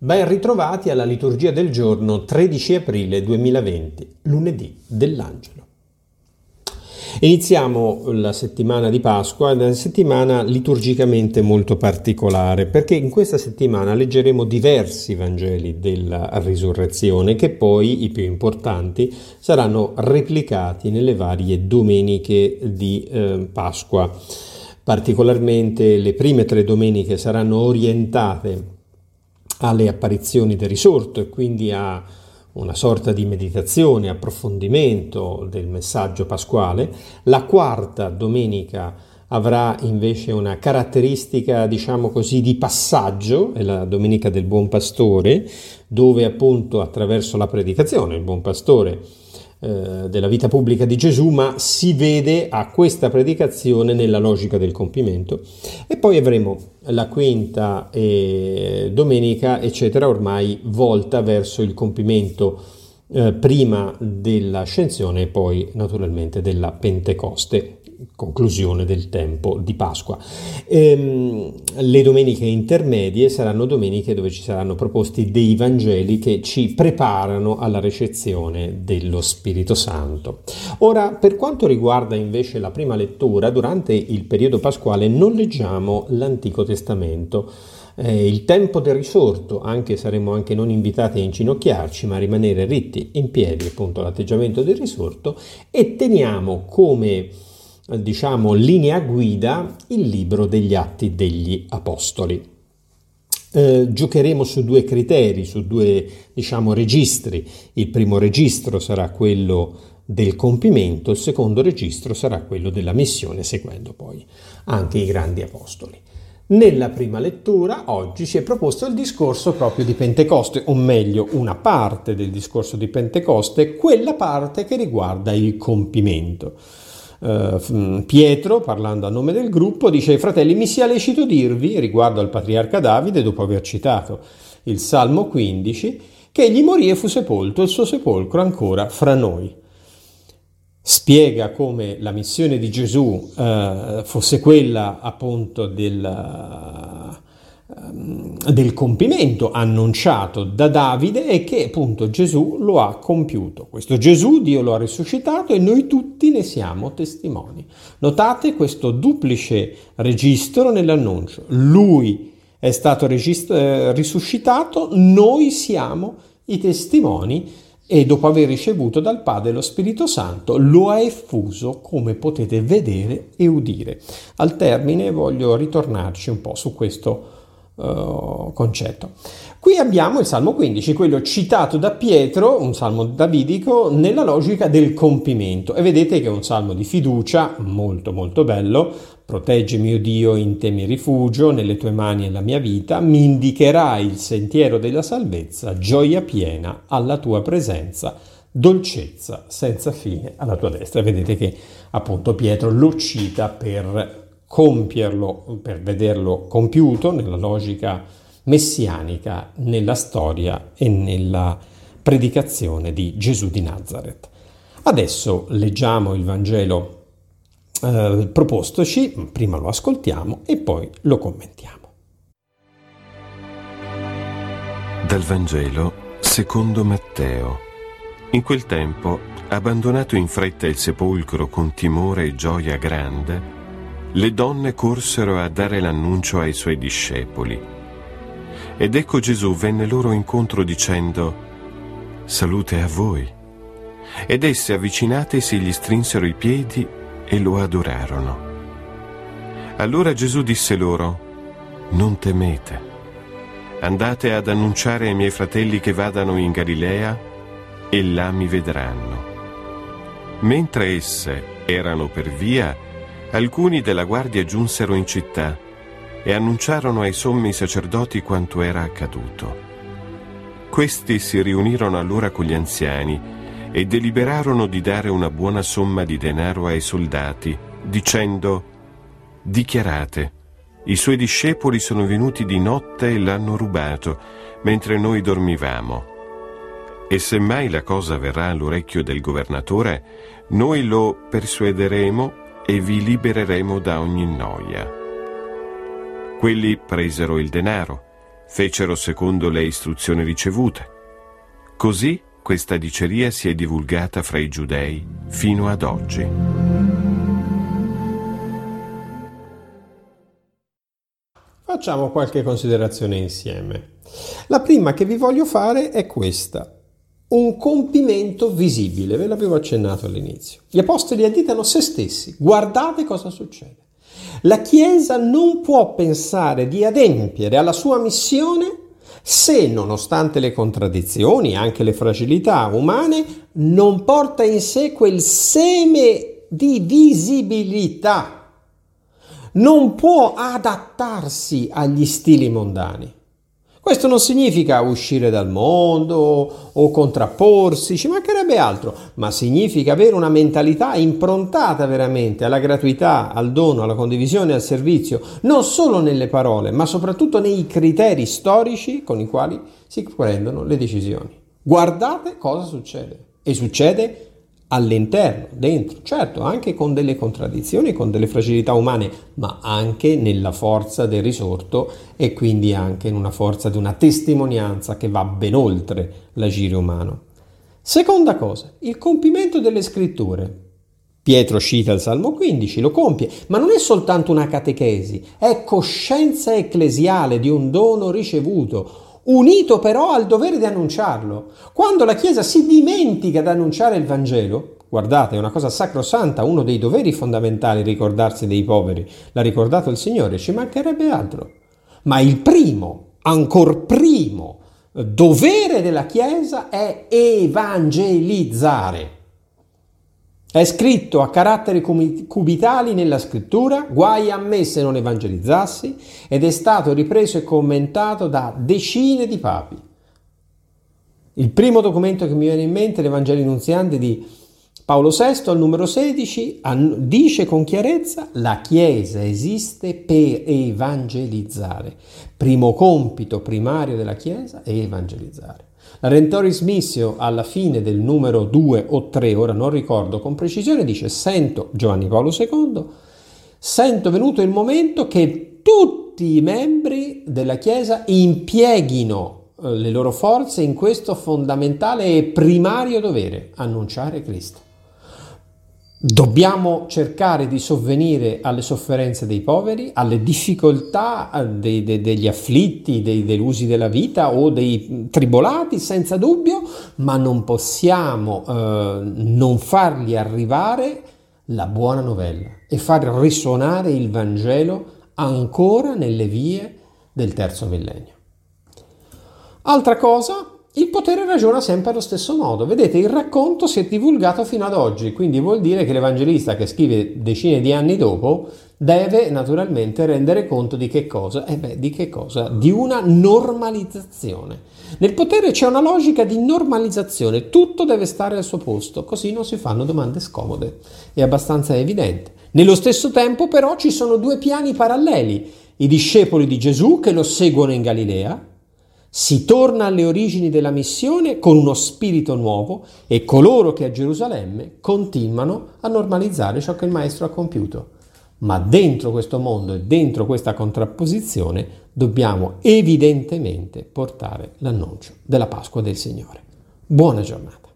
Ben ritrovati alla liturgia del giorno 13 aprile 2020, lunedì dell'Angelo. Iniziamo la settimana di Pasqua, una settimana liturgicamente molto particolare, perché in questa settimana leggeremo diversi Vangeli della Risurrezione, che poi, i più importanti, saranno replicati nelle varie domeniche di Pasqua. Particolarmente le prime 3 domeniche saranno orientate alle apparizioni del risorto e quindi a una sorta di meditazione, approfondimento del messaggio pasquale. La quarta domenica avrà invece una caratteristica, diciamo così, di passaggio, è la domenica del Buon Pastore, dove appunto attraverso la predicazione, il Buon Pastore della vita pubblica di Gesù, ma si vede a questa predicazione nella logica del compimento. E poi avremo la quinta domenica, eccetera, ormai volta verso il compimento prima dell'ascensione e poi naturalmente della Pentecoste, conclusione del tempo di Pasqua. Le domeniche intermedie saranno domeniche dove ci saranno proposti dei Vangeli che ci preparano alla ricezione dello Spirito Santo. Ora, per quanto riguarda invece la prima lettura, durante il periodo pasquale non leggiamo l'Antico Testamento. Il tempo del risorto, saremo anche non invitati a inginocchiarci, ma a rimanere ritti in piedi, appunto l'atteggiamento del risorto, e teniamo come linea guida il libro degli Atti degli Apostoli. Giocheremo su 2 criteri, su 2 registri. Il primo registro sarà quello del compimento, il secondo registro sarà quello della missione, seguendo poi anche i grandi apostoli. Nella prima lettura oggi ci è proposto il discorso proprio di Pentecoste, o meglio una parte del discorso di Pentecoste, quella parte che riguarda il compimento. Pietro, parlando a nome del gruppo, dice: fratelli, mi sia lecito dirvi, riguardo al patriarca Davide, dopo aver citato il Salmo 15, che egli morì e fu sepolto, il suo sepolcro ancora fra noi. Spiega come la missione di Gesù fosse quella appunto del compimento annunciato da Davide e che appunto Gesù lo ha compiuto. Questo Gesù Dio lo ha risuscitato e noi tutti ne siamo testimoni. Notate questo duplice registro nell'annuncio. Lui è stato risuscitato, noi siamo i testimoni e dopo aver ricevuto dal Padre lo Spirito Santo lo ha effuso, come potete vedere e udire. Al termine voglio ritornarci un po' su questo concetto. Qui abbiamo il Salmo 15, quello citato da Pietro, un salmo davidico nella logica del compimento, e vedete che è un salmo di fiducia molto molto bello. Proteggimi, o Dio, in te mi rifugio, nelle tue mani è la mia vita, mi indicherai il sentiero della salvezza, gioia piena alla tua presenza, dolcezza senza fine alla tua destra. Vedete che appunto Pietro lo cita per compierlo, per vederlo compiuto nella logica messianica, nella storia e nella predicazione di Gesù di Nazareth. Adesso leggiamo il Vangelo propostoci, prima lo ascoltiamo e poi lo commentiamo. Dal Vangelo secondo Matteo. In quel tempo, abbandonato in fretta il sepolcro con timore e gioia grande, le donne corsero a dare l'annuncio ai suoi discepoli. Ed ecco Gesù venne loro incontro dicendo: salute a voi. Ed esse, avvicinatesi, gli strinsero i piedi e lo adorarono. Allora Gesù disse loro: non temete. Andate ad annunciare ai miei fratelli che vadano in Galilea e là mi vedranno. Mentre esse erano per via, alcuni della guardia giunsero in città e annunciarono ai sommi sacerdoti quanto era accaduto. Questi si riunirono allora con gli anziani e deliberarono di dare una buona somma di denaro ai soldati, dicendo: dichiarate, i suoi discepoli sono venuti di notte e l'hanno rubato, mentre noi dormivamo. E se mai la cosa verrà all'orecchio del governatore, noi lo persuaderemo e vi libereremo da ogni noia. Quelli presero il denaro fecero secondo le istruzioni ricevute. Così questa diceria si è divulgata fra i giudei fino ad oggi. Facciamo qualche considerazione insieme. La prima che vi voglio fare è questa. Un compimento visibile, ve l'avevo accennato all'inizio. Gli apostoli additano se stessi, guardate cosa succede. La Chiesa non può pensare di adempiere alla sua missione se, nonostante le contraddizioni, anche le fragilità umane, non porta in sé quel seme di visibilità. Non può adattarsi agli stili mondani. Questo non significa uscire dal mondo o contrapporsi, ci mancherebbe altro, ma significa avere una mentalità improntata veramente alla gratuità, al dono, alla condivisione, al servizio, non solo nelle parole, ma soprattutto nei criteri storici con i quali si prendono le decisioni. Guardate cosa succede, e succede all'interno, dentro, certo, anche con delle contraddizioni, con delle fragilità umane, ma anche nella forza del risorto e quindi anche in una forza di una testimonianza che va ben oltre l'agire umano. Seconda cosa, il compimento delle scritture. Pietro cita il Salmo 15, lo compie, ma non è soltanto una catechesi, è coscienza ecclesiale di un dono ricevuto, unito però al dovere di annunciarlo. Quando la Chiesa si dimentica di annunciare il Vangelo, guardate, è una cosa sacrosanta, uno dei doveri fondamentali ricordarsi dei poveri, l'ha ricordato il Signore, ci mancherebbe altro. Ma il primo, ancor primo, dovere della Chiesa è evangelizzare. È scritto a caratteri cubitali nella scrittura, guai a me se non evangelizzassi, ed è stato ripreso e commentato da decine di papi. Il primo documento che mi viene in mente, l'Evangeli Nunziante di Paolo VI, al numero 16, dice con chiarezza: la Chiesa esiste per evangelizzare. Primo compito primario della Chiesa è evangelizzare. La Redemptoris Missio alla fine del numero 2 o 3, ora non ricordo con precisione, dice: sento, Giovanni Paolo II, sento venuto il momento che tutti i membri della Chiesa impieghino le loro forze in questo fondamentale e primario dovere, annunciare Cristo. Dobbiamo cercare di sovvenire alle sofferenze dei poveri, alle difficoltà degli afflitti, dei delusi della vita o dei tribolati, senza dubbio, ma non possiamo non fargli arrivare la buona novella e far risuonare il Vangelo ancora nelle vie del terzo millennio. Altra cosa, il potere ragiona sempre allo stesso modo. Vedete, il racconto si è divulgato fino ad oggi, quindi vuol dire che l'evangelista che scrive decine di anni dopo deve naturalmente rendere conto di che cosa? Di che cosa? Di una normalizzazione. Nel potere c'è una logica di normalizzazione, tutto deve stare al suo posto, così non si fanno domande scomode, è abbastanza evidente. Nello stesso tempo però ci sono due piani paralleli, i discepoli di Gesù che lo seguono in Galilea. Si torna alle origini della missione con uno spirito nuovo e coloro che a Gerusalemme continuano a normalizzare ciò che il Maestro ha compiuto. Ma dentro questo mondo e dentro questa contrapposizione dobbiamo evidentemente portare l'annuncio della Pasqua del Signore. Buona giornata.